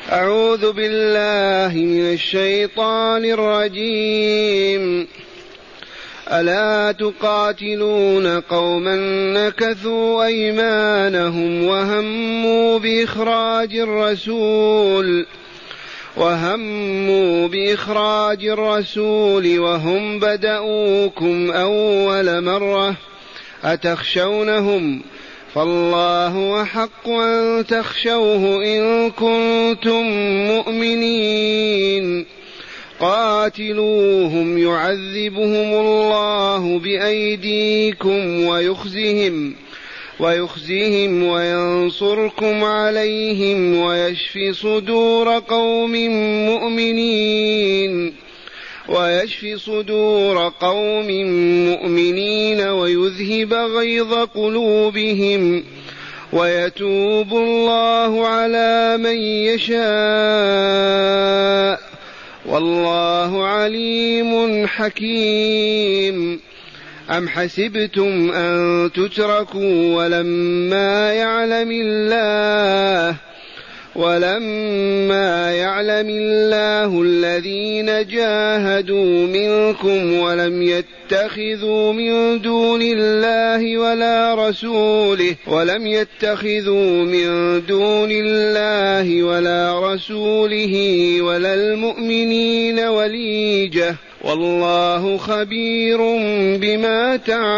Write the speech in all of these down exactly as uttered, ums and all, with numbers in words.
أعوذ بالله من الشيطان الرجيم. ألا تقاتلون قوما نكثوا أيمانهم وهموا بإخراج الرسول وهموا بإخراج الرسول وهم بدؤوكم أول مرة أتخشونهم فالله أحق أن تخشوه إن كنتم مؤمنين. قاتلوهم يعذبهم الله بأيديكم ويخزهم ويخزهم وينصركم عليهم ويشف صدور قوم مؤمنين ويشف صدور قوم مؤمنين ويذهب غيظ قلوبهم ويتوب الله على من يشاء والله عليم حكيم. أم حسبتم أن تتركوا ولما يعلم الله ولما يعلم الله الذين جاهدوا منكم ولم يتخذوا من دون الله ولا رسوله ولم يتخذوا من دون الله ولا رسوله ولا المؤمنين وليجة والله خبير بما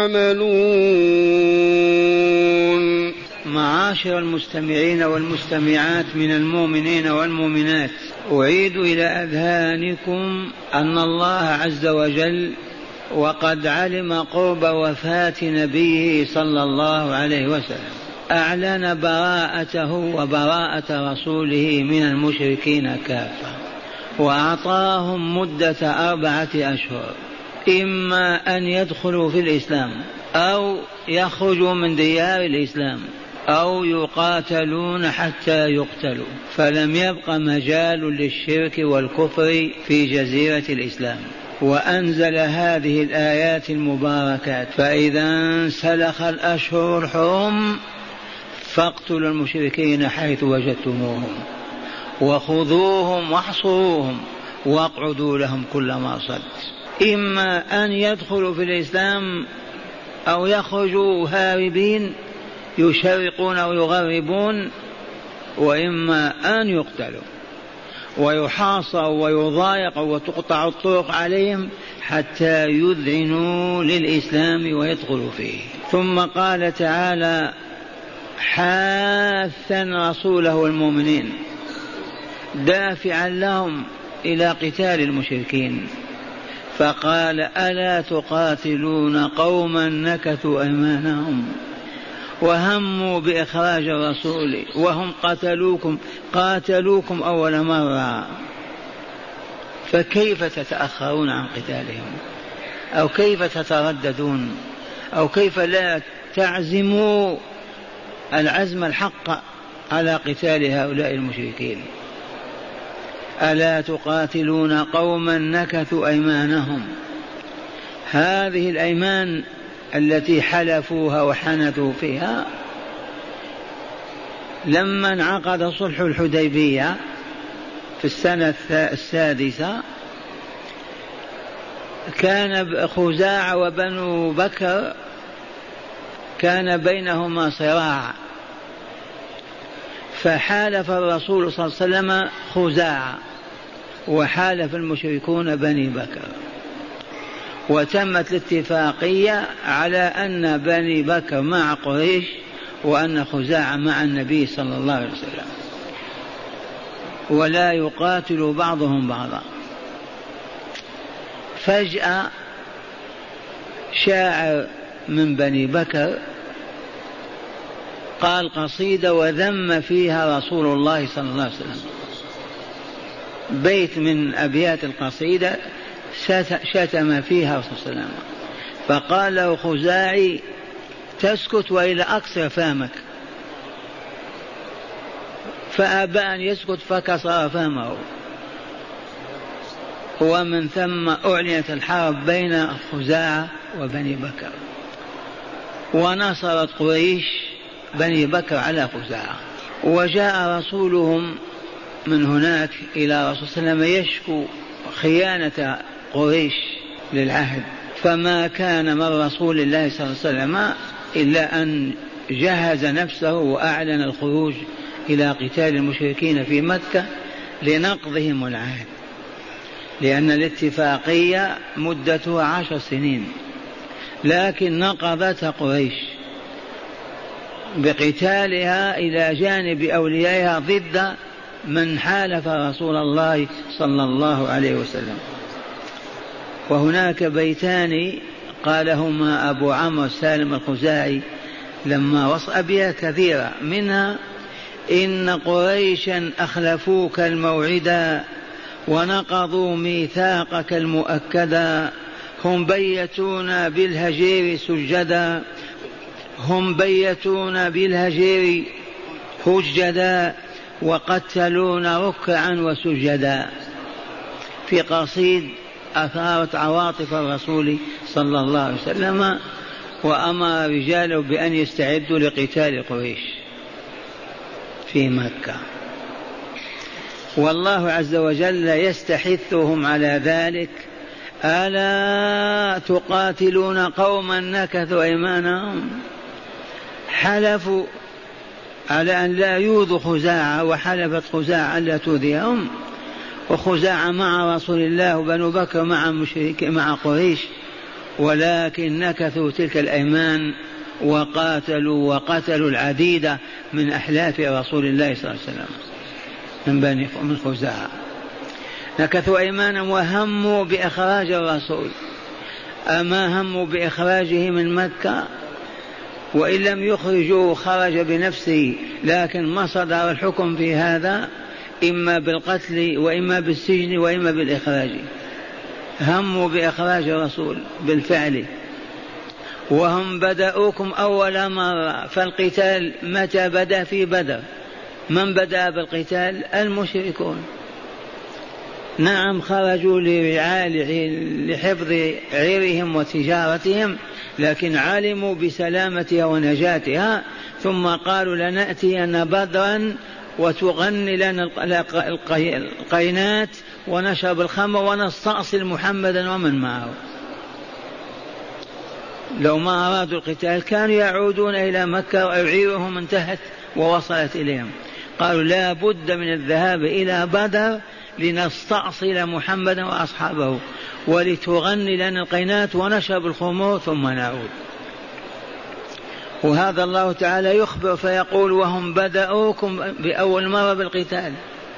تعملون. معاشر المستمعين والمستمعات من المؤمنين والمؤمنات، أعيد إلى أذهانكم أن الله عز وجل وقد علم قرب وفاة نبيه صلى الله عليه وسلم أعلن براءته وبراءة رسوله من المشركين كافة، وأعطاهم مدة أربعة أشهر، إما أن يدخلوا في الإسلام أو يخرجوا من ديار الإسلام أو يقاتلون حتى يقتلوا، فلم يبق مجال للشرك والكفر في جزيرة الإسلام. وأنزل هذه الآيات المباركات: فإذا انسلخ الأشهر الحرم فاقتلوا المشركين حيث وجدتموهم وخذوهم واحصروهم واقعدوا لهم كل مرصد. إما أن يدخلوا في الإسلام أو يخرجوا هاربين يشرقون أو يغربون، وإما أن يقتلوا ويحاصروا ويضايقوا وتقطع الطرق عليهم حتى يذعنوا للإسلام ويدخلوا فيه. ثم قال تعالى حاثا رسوله والمؤمنين دافعا لهم إلى قتال المشركين، فقال ألا تقاتلون قوما نكثوا أيمانهم وهموا بإخراج الرسول وهم قتلوكم قاتلوكم أول مرة، فكيف تتأخرون عن قتالهم؟ أو كيف تترددون؟ أو كيف لا تعزموا العزم الحق على قتال هؤلاء المشركين؟ ألا تقاتلون قوما نكثوا أيمانهم، هذه الأيمان التي حلفوها وحنثوا فيها. لما انعقد صلح الحديبية في السنة السادسة كان خزاعة وبنو بكر كان بينهما صراع، فحالف الرسول صلى الله عليه وسلم خزاعة وحالف المشركون بني بكر، وتمت الاتفاقية على أن بني بكر مع قريش وأن خزاعة مع النبي صلى الله عليه وسلم، ولا يقاتل بعضهم بعضا. فجأة شاعر من بني بكر قال قصيدة وذم فيها رسول الله صلى الله عليه وسلم، بيت من أبيات القصيدة شتم فيها رسول الله صلى الله عليه وسلم، فقال له خزاعي تسكت وإلا أكسر فمك، فأبى أن يسكت فكسر فمه، ومن ثم أعلنت الحرب بين خزاعة وبني بكر، ونصرت قريش بني بكر على خزاعة. وجاء رسولهم من هناك إلى رسول صلى الله عليه وسلم يشكو خيانة قريش للعهد، فما كان من رسول الله صلى الله عليه وسلم إلا أن جهز نفسه وأعلن الخروج إلى قتال المشركين في مكة لنقضهم العهد، لأن الاتفاقية مدتها عشر سنين، لكن نقضتها قريش بقتالها إلى جانب أوليائها ضد من حالف رسول الله صلى الله عليه وسلم. وهناك بيتان قالهما أبو عمرو سالم الخزاعي لما وصى أبيات كثيرة، منها: إن قريشا أخلفوك الموعدا ونقضوا ميثاقك المؤكدا، هم بيتونا بالهجير سجدا، هم بيتونا بالهجير هجدا، وقتلونا ركعا وسجدا. في قصيد أثارت عواطف الرسول صلى الله عليه وسلم، وأمر رجاله بأن يستعدوا لقتال قريش في مكة، والله عز وجل يستحثهم على ذلك: ألا تقاتلون قوما نكثوا أيمانهم. حلفوا على أن لا يؤذوا خزاعة، وحلفت خزاعة أن لا تؤذيهم، وخزاعة مع رسول الله وبنو بكر مع مشرك مع قريش، ولكن نكثوا تلك الأيمان وقاتلوا وقتلوا العديد من أحلاف رسول الله صلى الله عليه وسلم من بني من خزاعة. نكثوا أيمانا وهموا بإخراج الرسول، أما هموا بإخراجه من مكة، وإن لم يخرجوا خرج بنفسه، لكن ما صدر الحكم في هذا إما بالقتل وإما بالسجن وإما بالإخراج. هموا بإخراج الرسول بالفعل، وهم بدأوكم أول مرة. فالقتال متى بدأ؟ في بدر. من بدأ بالقتال؟ المشركون. نعم، خرجوا لحفظ عيرهم وتجارتهم، لكن علموا بسلامتها ونجاتها، ثم قالوا: لنأتين بدرا وتغني لنا القينات ونشرب الخمر ونستأصل محمدا ومن معه. لو ما أرادوا القتال كانوا يعودون إلى مكة وعيرهم انتهت ووصلت إليهم. قالوا: لا بد من الذهاب إلى بدر لنستأصل محمدا وأصحابه ولتغني لنا القينات ونشرب الخمور ثم نعود. وهذا الله تعالى يخبر فيقول: وهم بدأوكم بأول مرة بالقتال.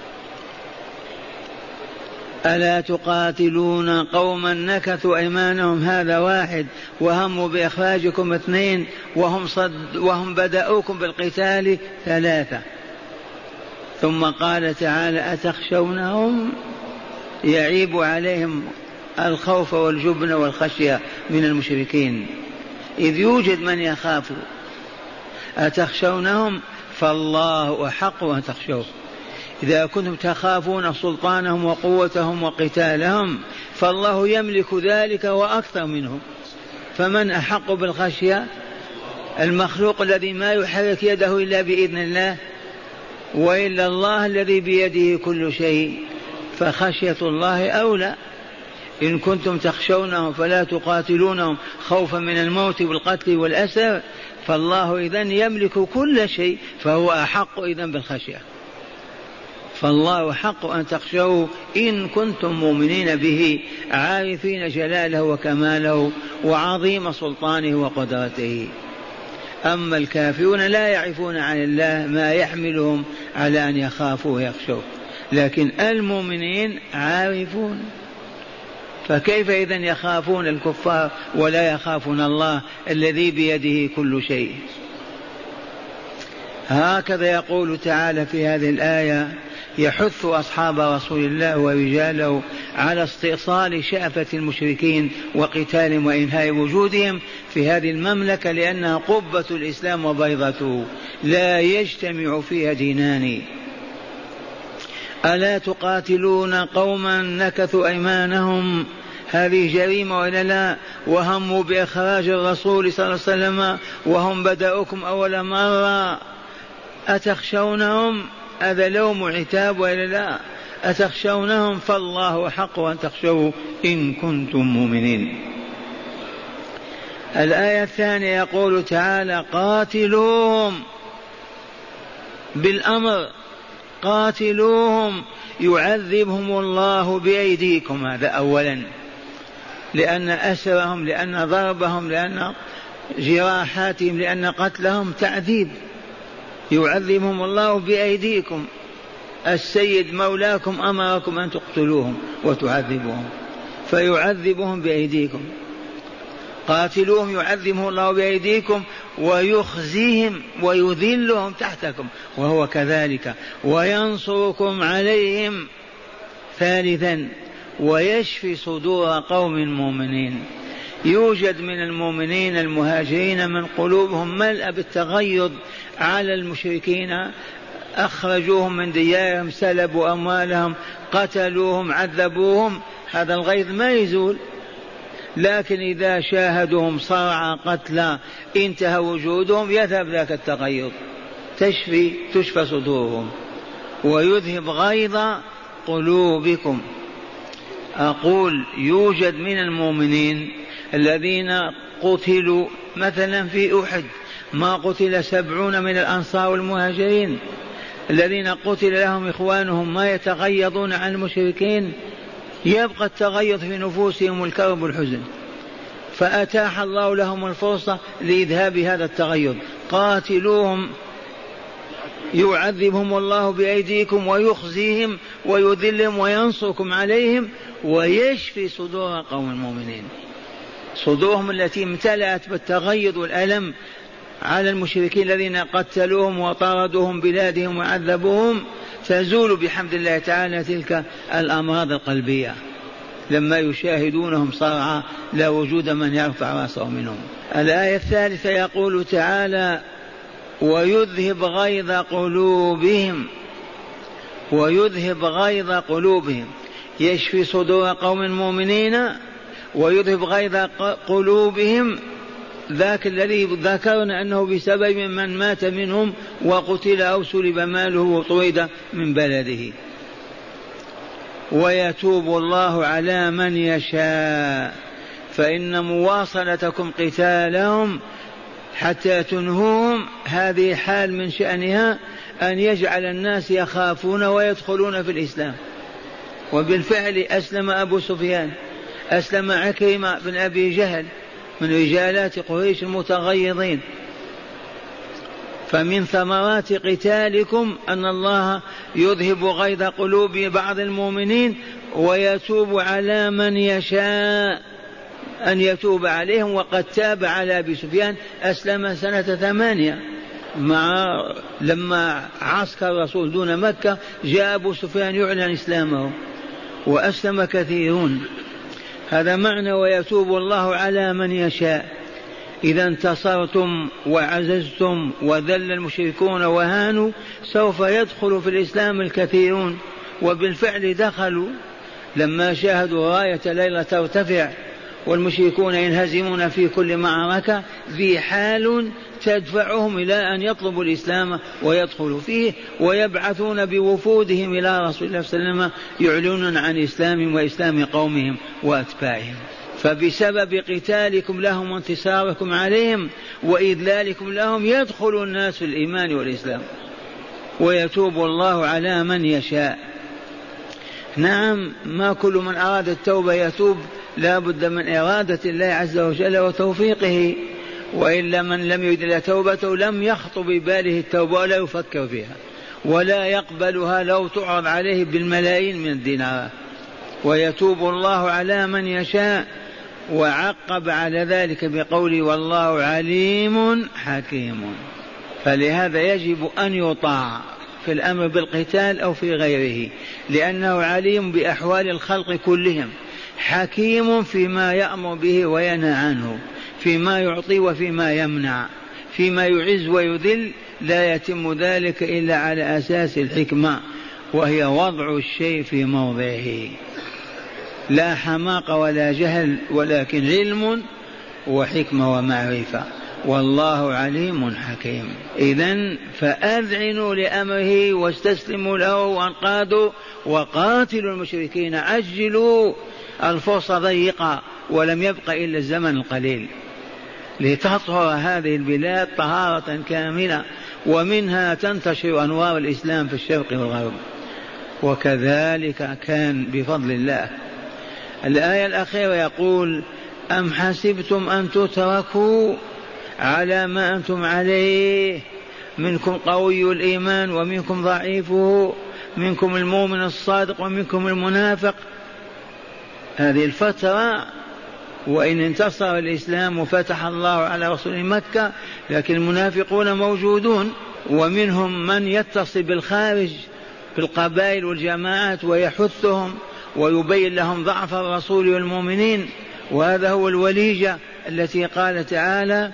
ألا تقاتلون قوما نكثوا أيمانهم، هذا واحد، وهموا بإخراجكم اثنين، وهم, صد وهم بدأوكم بالقتال ثلاثة. ثم قال تعالى: أتخشونهم؟ يعيب عليهم الخوف والجبن والخشية من المشركين، إذ يوجد من يخاف. أتخشونهم؟ فالله أحق أن تخشوه. إذا كنتم تخافون سلطانهم وقوتهم وقتالهم، فالله يملك ذلك وأكثر منهم، فمن أحق بالخشية؟ المخلوق الذي ما يحرك يده إلا بإذن الله، وإلا الله الذي بيده كل شيء، فخشية الله أولى. إن كنتم تخشونهم فلا تقاتلونهم خوفا من الموت والقتل والأسر، فالله إذن يملك كل شيء، فهو أحق إذن بالخشية. فالله حق أن تخشوه إن كنتم مؤمنين به، عارفين جلاله وكماله وعظيم سلطانه وقدرته. أما الكافرون لا يعرفون عن الله ما يحملهم على أن يخافوا ويخشوا، لكن المؤمنين عارفون. فكيف إذن يخافون الكفار ولا يخافون الله الذي بيده كل شيء؟ هكذا يقول تعالى في هذه الآية، يحث أصحاب رسول الله ورجاله على استئصال شأفة المشركين وقتالهم وإنهاء وجودهم في هذه المملكة، لأنها قبة الإسلام وبيضته لا يجتمع فيها دينان. ألا تقاتلون قوما نكثوا أيمانهم، هذه جريمة ولا لا؟ وهموا بإخراج الرسول صلى الله عليه وسلم وهم بدأوكم أول مرة. أتخشونهم؟ هذا لوم عتاب وإلا لا؟ أتخشونهم فالله حق أن تخشوه إن كنتم مؤمنين. الآية الثانية يقول تعالى قاتلوهم بالأمر، قاتلوهم يعذبهم الله بأيديكم. هذا أولا، لأن أسرهم، لأن ضربهم، لأن جراحاتهم، لأن قتلهم تعذيب. يعذبهم الله بأيديكم، السيد مولاكم أمركم أن تقتلوهم وتعذبوهم فيعذبهم بأيديكم. قاتلوهم يعذبهم الله بأيديكم ويخزيهم ويذلهم تحتكم وهو كذلك، وينصركم عليهم. ثالثا ويشفي صدور قوم مؤمنين. يوجد من المؤمنين المهاجرين من قلوبهم ملأ بالتغيظ على المشركين، أخرجوهم من ديارهم، سلبوا أموالهم، قتلوهم، عذبوهم، هذا الغيظ ما يزول. لكن إذا شاهدوهم صرع قتلى انتهى وجودهم يذهب ذاك التغيظ، تشفي تشفى صدورهم ويذهب غيظ قلوبكم. أقول يوجد من المؤمنين الذين قتلوا مثلا في أحد، ما قتل سبعون من الأنصار والمهاجرين الذين قتل لهم إخوانهم ما يتغيظون عن المشركين، يبقى التغيظ في نفوسهم والكرب والحزن، فأتاح الله لهم الفرصة لإذهاب هذا التغيظ. قاتلوهم يعذبهم الله بأيديكم ويخزيهم ويذلهم وينصركم عليهم ويشفي صدور قوم المؤمنين. صدورهم التي امتلأت بالتغيظ والألم على المشركين الذين قتلوهم وطردوهم بلادهم وعذبوهم تزول بحمد الله تعالى تلك الأمراض القلبية لما يشاهدونهم صرعى لا وجود من يرفع رأسه منهم. الآية الثالثة يقول تعالى ويذهب غيظ قلوبهم، ويذهب غيظ قلوبهم، يشفي صدور قوم مؤمنين ويذهب غيظ قلوبهم. ذاك الذي ذكرنا أنه بسبب من مات منهم وقتل أو سلب ماله وطرد من بلده. ويتوب الله على من يشاء، فإن مواصلتكم قتالهم حتى تنهوهم هذه حال من شأنها أن يجعل الناس يخافون ويدخلون في الإسلام. وبالفعل أسلم أبو سفيان، أسلم عكرمة بن أبي جهل من رجالات قريش المتغيظين. فمن ثمرات قتالكم أن الله يذهب غيظ قلوب بعض المؤمنين ويتوب على من يشاء أن يتوب عليهم. وقد تاب على أبي سفيان، أسلم سنة ثمانية مع لما عسكر الرسول دون مكة جاء أبو سفيان يعلن إسلامه وأسلم كثيرون. هذا معنى ويتوب الله على من يشاء. إذا انتصرتم وعززتم وذل المشركون وهانوا سوف يدخل في الإسلام الكثيرون، وبالفعل دخلوا لما شاهدوا راية ليلة ترتفع والمشركون ينهزمون في كل معركة، ذي حال تدفعهم إلى أن يطلبوا الإسلام ويدخلوا فيه ويبعثون بوفودهم إلى رسول الله صلى الله عليه وسلم يعلنون عن إسلامهم وإسلام قومهم وأتباعهم. فبسبب قتالكم لهم وانتصاركم عليهم وإذلالكم لهم يدخل الناس في الإيمان والإسلام ويتوب الله على من يشاء. نعم، ما كل من أراد التوبة يتوب، لا بد من إرادة الله عز وجل وتوفيقه، وإلا من لم يرد توبته لم يخطر بباله التوبة ولا يفكر فيها ولا يقبلها لو تعرض عليه بالملايين من الدينارات. ويتوب الله على من يشاء، وعقب على ذلك بقوله والله عليم حكيم. فلهذا يجب أن يطاع في الأمر بالقتال أو في غيره، لأنه عليم بأحوال الخلق كلهم، حكيم فيما يأمر به وينهى عنه، فيما يعطي وفيما يمنع، فيما يعز ويذل. لا يتم ذلك إلا على أساس الحكمة، وهي وضع الشيء في موضعه، لا حماقة ولا جهل، ولكن علم وحكمة ومعرفة. والله عليم حكيم. إذن فأذعنوا لأمره واستسلموا له وانقادوا وقاتلوا المشركين، عجلوا، الفرصة ضيقة ولم يبق إلا الزمن القليل لتطهر هذه البلاد طهارة كاملة، ومنها تنتشر أنوار الإسلام في الشرق والغرب، وكذلك كان بفضل الله. الآية الأخيرة يقول: أم حسبتم أن تتركوا على ما أنتم عليه، منكم قوي الإيمان ومنكم ضعيفه، منكم المؤمن الصادق ومنكم المنافق. هذه الفترة وإن انتصر الإسلام وفتح الله على رسول مكة، لكن المنافقون موجودون، ومنهم من يتصل بالخارج في القبائل والجماعات ويحثهم ويبين لهم ضعف الرسول والمؤمنين، وهذا هو الوليجة التي قال تعالى: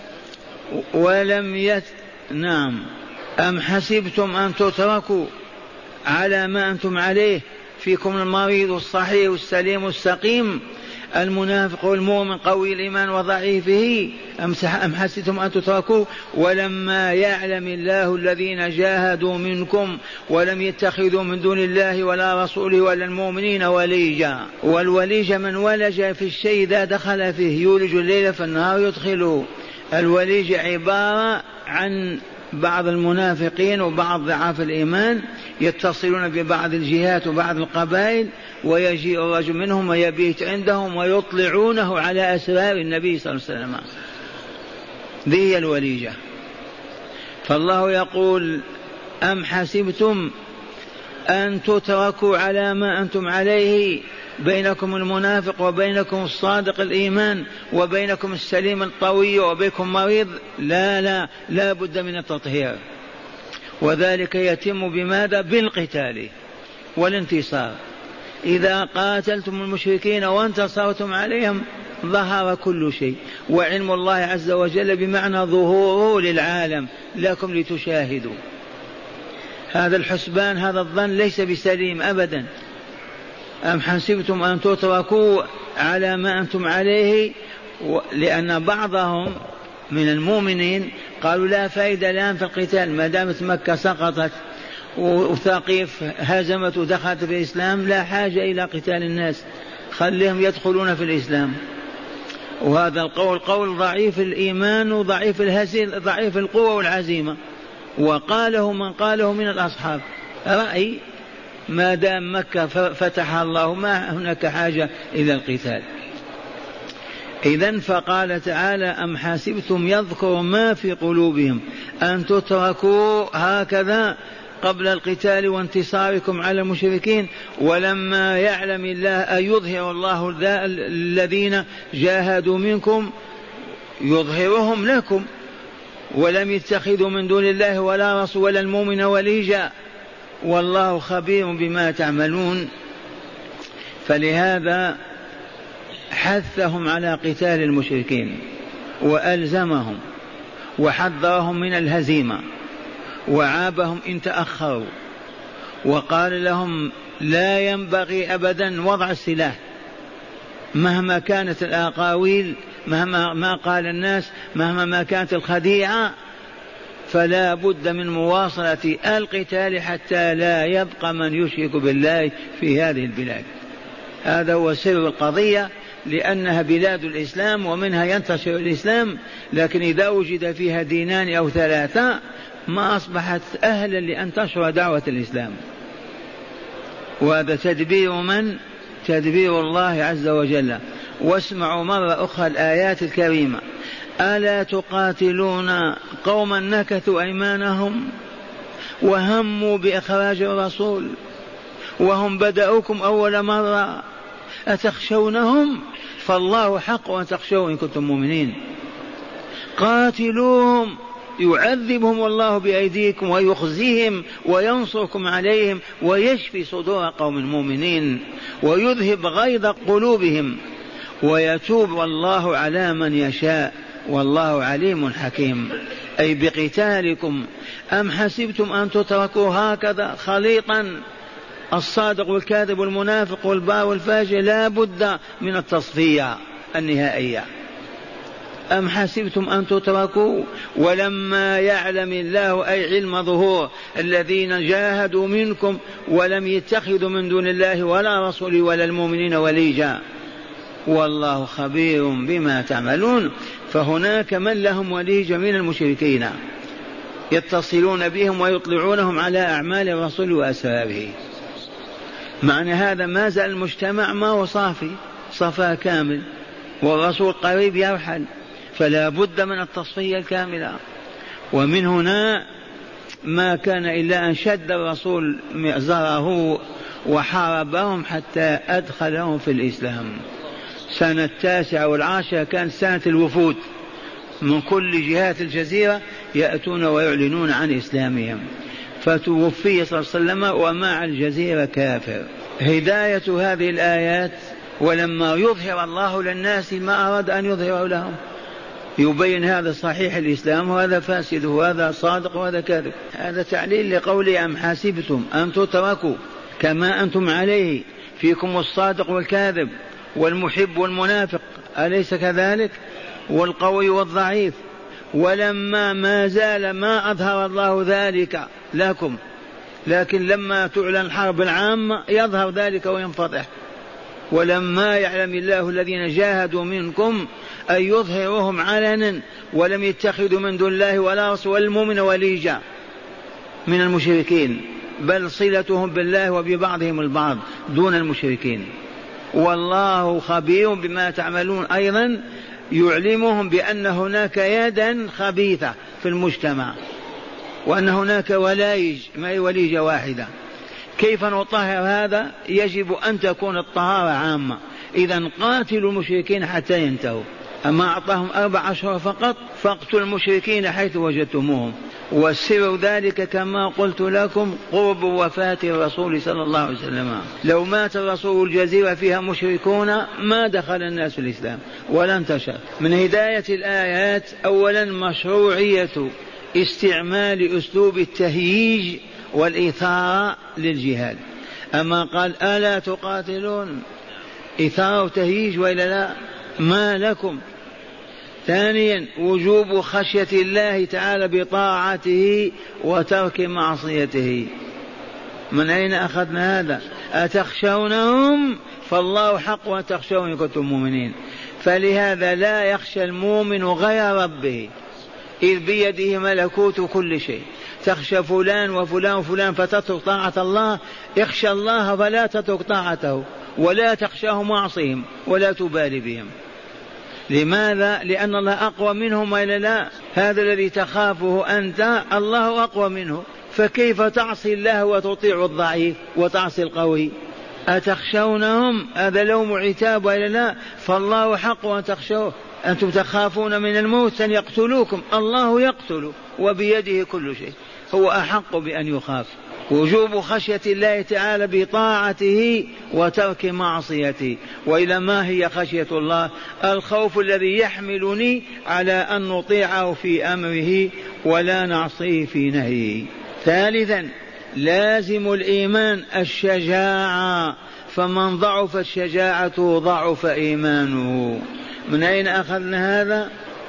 ولم يت... نعم أم حسبتم أن تتركوا على ما أنتم عليه، فيكم المريض الصحيح والسليم السقيم، المنافق والمؤمن قوي الإيمان وضعيفه، أم حسبتم أن تتركوا ولما يعلم الله الذين جاهدوا منكم ولم يتخذوا من دون الله ولا رسوله ولا المؤمنين وليجا. والوليج من ولج في الشيء إذا دخل فيه، يولج الليل في النهار يدخله. الوليج عبارة عن بعض المنافقين وبعض ضعاف الإيمان يتصلون ببعض الجهات وبعض القبائل، ويجيء الرجل منهم ويبيت عندهم ويطلعونه على أسرار النبي صلى الله عليه وسلم. ذي الوليجة. فالله يقول: أم حسبتم أن تتركوا على ما أنتم عليه، بينكم المنافق وبينكم الصادق الإيمان وبينكم السليم الطوي وبينكم مريض؟ لا لا لا بد من التطهير، وذلك يتم بماذا؟ بالقتال والانتصار. إذا قاتلتم المشركين وانتصرتم عليهم ظهر كل شيء، وعلم الله عز وجل بمعنى ظهوره للعالم لكم لتشاهدوا. هذا الحسبان هذا الظن ليس بسليم أبدا. أم حسبتم أن تتركوا على ما أنتم عليه، لأن بعضهم من المؤمنين قالوا لا فائدة الآن في القتال ما دامت مكة سقطت وثقيف هزمت ودخلت في الإسلام، لا حاجة إلى قتال الناس، خليهم يدخلون في الإسلام. وهذا القول قول ضعيف الإيمان وضعيف الهزيمة، ضعيف القوة والعزيمة، وقاله من قاله من الأصحاب. رأي ما دام مكة فتح الله ما هناك حاجة إلى القتال. إذن فقال تعالى: أم حسبتم، يذكر ما في قلوبهم، أن تتركوا هكذا قبل القتال وانتصاركم على المشركين، ولما يعلم الله أيظهر الله الذين جاهدوا منكم، يظهرهم لكم، ولم يتخذوا من دون الله ولا رسول ولا المؤمن وليجا، والله خبير بما تعملون. فلهذا حثهم على قتال المشركين وألزمهم وحذرهم من الهزيمة وعابهم إن تأخروا، وقال لهم لا ينبغي أبدا وضع السلاح مهما كانت الأقاويل، مهما ما قال الناس، مهما ما كانت الخديعة، فلا بد من مواصلة القتال حتى لا يبقى من يشرك بالله في هذه البلاد. هذا هو سر القضية، لأنها بلاد الإسلام ومنها ينتشر الإسلام، لكن إذا وجد فيها دينان أو ثلاثة ما أصبحت أهلا لأن تنشر دعوة الإسلام. وهذا تدبير من؟ تدبير الله عز وجل. واسمعوا مرة أخرى الآيات الكريمة: ألا تقاتلون قوما نكثوا أيمانهم وهموا بإخراج الرسول وهم بدأوكم أول مرة، أتخشونهم؟ فالله حق أن تخشوا إن كنتم مؤمنين. قاتلوهم يعذبهم الله بأيديكم ويخزيهم وينصركم عليهم ويشفي صدور قوم مؤمنين ويذهب غيظ قلوبهم ويتوب الله على من يشاء والله عليم حكيم. أي بقتالكم. أم حسبتم أن تتركوا هكذا خليطا، الصادق والكاذب والمنافق والبار والفاجر؟ لا بد من التصفية النهائية. أم حسبتم أن تتركوا ولما يعلم الله أي علم ظهور الذين جاهدوا منكم ولم يتخذوا من دون الله ولا رسوله ولا المؤمنين وليجا والله خبير بما تعملون. فهناك من لهم وليجة من المشركين يتصلون بهم ويطلعونهم على أعمال الرسول وأسراره. معنى هذا ما زال المجتمع ما هو صافي صفاء كامل والرسول قريب يرحل، فلا بد من التصفية الكاملة. ومن هنا ما كان إلا أن شد الرسول مئزره وحاربهم حتى أدخلهم في الإسلام. سنة التاسعة والعاشرة كانت سنة الوفود من كل جهات الجزيرة يأتون ويعلنون عن إسلامهم، فتوفي صلى الله عليه وسلم ومع الجزيرة كافر. هداية هذه الآيات ولما يظهر الله للناس ما أراد أن يظهر لهم، يبين هذا صحيح الإسلام وهذا فاسد وهذا صادق وهذا كاذب. هذا تعليل لقوله أم حسبتم أن تتركوا كما أنتم عليه، فيكم الصادق والكاذب والمحب والمنافق أليس كذلك، والقوي والضعيف. ولما ما زال ما أظهر الله ذلك لكم، لكن لما تعلن الحرب العامة يظهر ذلك وينفضح. ولما يعلم الله الذين جاهدوا منكم أن يظهرهم علنا ولم يتخذوا من دون الله ولا رسول المؤمن وليجا من المشركين، بل صلتهم بالله وببعضهم البعض دون المشركين. والله خبير بما تعملون، أيضا يعلمهم بأن هناك يدا خبيثة في المجتمع وأن هناك وليج ما هي وليجة واحدة. كيف نطهر هذا؟ يجب أن تكون الطهارة عامة. إذا قاتلوا المشركين حتى ينتهوا، أما أعطاهم أربع أشهر فقط، فاقتلوا المشركين حيث وجدتموهم. والسر ذلك كما قلت لكم قرب وفاة الرسول صلى الله عليه وسلم. لو مات الرسول الجزيرة فيها مشركون ما دخل الناس الإسلام ولا انتشر. من هداية الآيات أولا مشروعية استعمال أسلوب التهييج والإثارة للجهاد. أما قال ألا تقاتلون، إثارة وتهييج وإلا لا؟ ما لكم. ثانيا وجوب خشية الله تعالى بطاعته وترك معصيته. من أين أخذنا هذا؟ أتخشونهم فالله حق وتخشون إن كنتم مؤمنين. فلهذا لا يخشى المؤمن غير ربه إذ بيده ملكوت كل شيء. تخشى فلان وفلان وفلان فتترك طاعة الله، اخشى الله فلا تترك طاعته ولا تخشاه معصيهم ولا تبالي بهم. لماذا؟ لأن الله أقوى منهم وإلا لا؟ هذا الذي تخافه أنت الله أقوى منه، فكيف تعصي الله وتطيع الضعيف وتعصي القوي؟ أتخشونهم، هذا لوم عتاب وإلا لا؟ فالله حق أن تخشوه. أنتم تخافون من الموت أن يقتلوكم، الله يقتل وبيده كل شيء، هو أحق بأن يخاف. وجوب خشية الله تعالى بطاعته وترك معصيته. وإلى ما هي خشية الله؟ الخوف الذي يحملني على أن نطيعه في أمره ولا نعصيه في نهيه. ثالثا لازم الإيمان الشجاعة، فمن ضعفت شجاعته ضعف إيمانه. من أين أخذنا هذا؟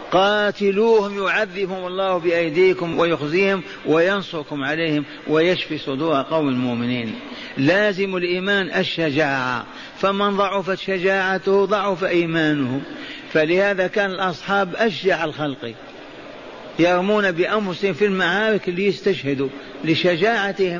قاتلوهم يعذبهم الله بأيديكم ويخزيهم وينصركم عليهم ويشفي صدور قوم المؤمنين. لازم الإيمان الشجاعة، فمن ضعفت شجاعته ضعف إيمانه. فلهذا كان الأصحاب أشجع الخلق، يرمون بأنفسهم في المعارك ليستشهدوا لشجاعتهم،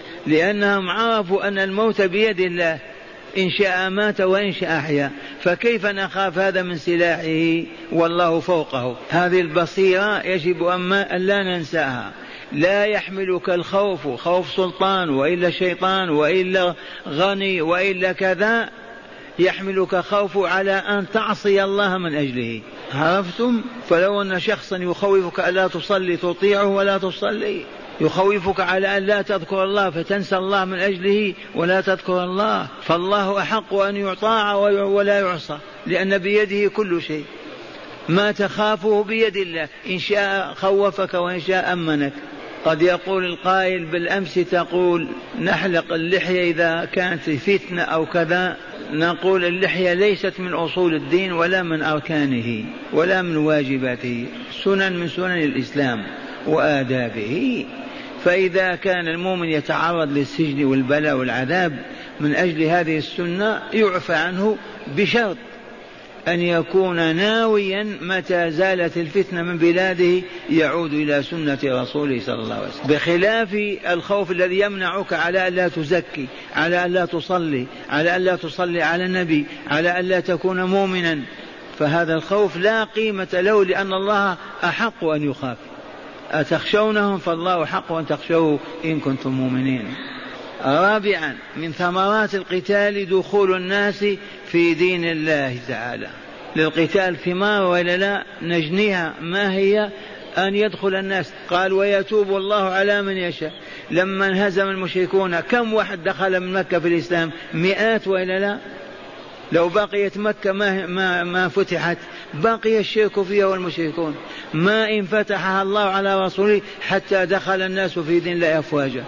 لأنهم عرفوا أن الموت بيد الله، إن شاء مات وإن شاء أحيا، فكيف نخاف هذا من سلاحه والله فوقه؟ هذه البصيرة يجب أن لا ننساها. لا يحملك الخوف خوف سلطان وإلا شيطان وإلا غني وإلا كذا، يحملك خوف على أن تعصي الله من أجله. عرفتم؟ فلو أن شخصا يخوفك ألا تصلي تطيعه ولا تصلي، يخوفك على أن لا تذكر الله فتنسى الله من أجله ولا تذكر الله. فالله أحق أن يطاع ولا يعصى، لأن بيده كل شيء. ما تخافه بيد الله، إن شاء خوفك وإن شاء أمنك. قد يقول القائل بالأمس تقول نحلق اللحية إذا كانت فتنة أو كذا. نقول اللحية ليست من أصول الدين ولا من أركانه ولا من واجباته، سنن من سنن الإسلام وآدابه. فإذا كان المؤمن يتعرض للسجن والبلاء والعذاب من أجل هذه السنة يعفى عنه بشرط أن يكون ناويا متى زالت الفتنة من بلاده يعود إلى سنة رسوله صلى الله عليه وسلم، بخلاف الخوف الذي يمنعك على أن لا تزكي، على أن لا تصلي، على أن لا تصلي على النبي، على أن لا تكون مؤمنا. فهذا الخوف لا قيمة له، لأن الله أحق أن يخاف. أتخشونهم فالله حق أن تخشوه إن كنتم مؤمنين. رابعا من ثمرات القتال دخول الناس في دين الله تعالى. للقتال ثمار ولا لا؟ نجنيها. ما هي؟ أن يدخل الناس. قال ويتوب الله على من يشاء. لما انهزم المشركون كم واحد دخل من مكة في الإسلام؟ مئات ولا لا؟ لو بقيت مكة ما, ما, ما فتحت بقي الشرك فيها والمشركون. ما إن فتحها الله على رسوله حتى دخل الناس في دين الله أفواجا.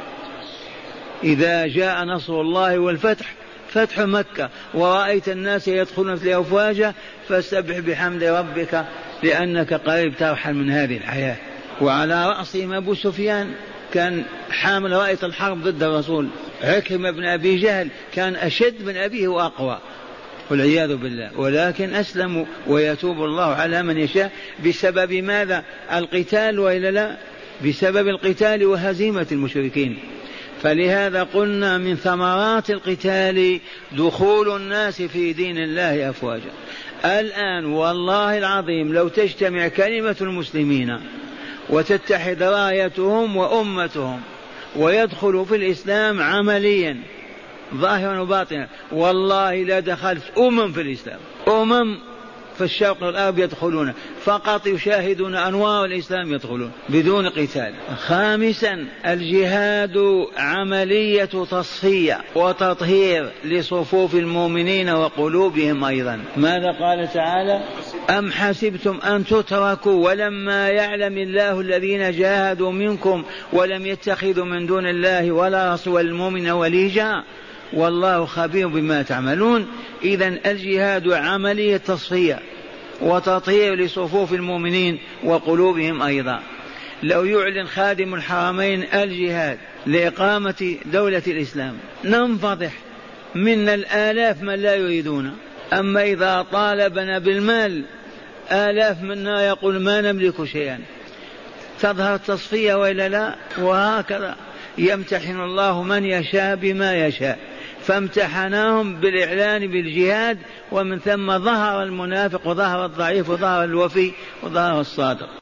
إذا جاء نصر الله والفتح، فتح مكة، ورأيت الناس يدخلون في أفواجا فسبح بحمد ربك لأنك قريب ترحل من هذه الحياة. وعلى رأسهم أبو سفيان كان حامل راية الحرب ضد الرسول. عكرمة بن أبي جهل كان أشد من أبيه وأقوى والعياذ بالله، ولكن أسلموا. ويتوب الله على من يشاء. بسبب ماذا؟ القتال وإلا لا؟ بسبب القتال وهزيمة المشركين. فلهذا قلنا من ثمرات القتال دخول الناس في دين الله أفواجا. الآن والله العظيم لو تجتمع كلمة المسلمين وتتحد رايتهم وأمتهم ويدخلوا في الإسلام عمليا ظاهرا وباطنا، والله لا دخلت أمم في الإسلام. أمم في الشرق والغرب يدخلون، فقط يشاهدون أنوار الإسلام يدخلون بدون قتال. خامسا الجهاد عملية تصفية وتطهير لصفوف المؤمنين وقلوبهم أيضا. ماذا قال تعالى؟ أم حسبتم أن تتركوا ولما يعلم الله الذين جاهدوا منكم ولم يتخذوا من دون الله ولا رسول المؤمن وليجا والله خبير بما تعملون. إذن الجهاد عملية تصفية وتطهير لصفوف المؤمنين وقلوبهم أيضا. لو يعلن خادم الحرمين الجهاد لإقامة دولة الإسلام ننفضح من الآلاف من لا يريدون. أما إذا طالبنا بالمال آلاف منا يقول ما نملك شيئا. تظهر التصفية وإلا لا؟ وهكذا يمتحن الله من يشاء بما يشاء. فامتحناهم بالإعلان بالجهاد، ومن ثم ظهر المنافق وظهر الضعيف وظهر الوفي وظهر الصادق.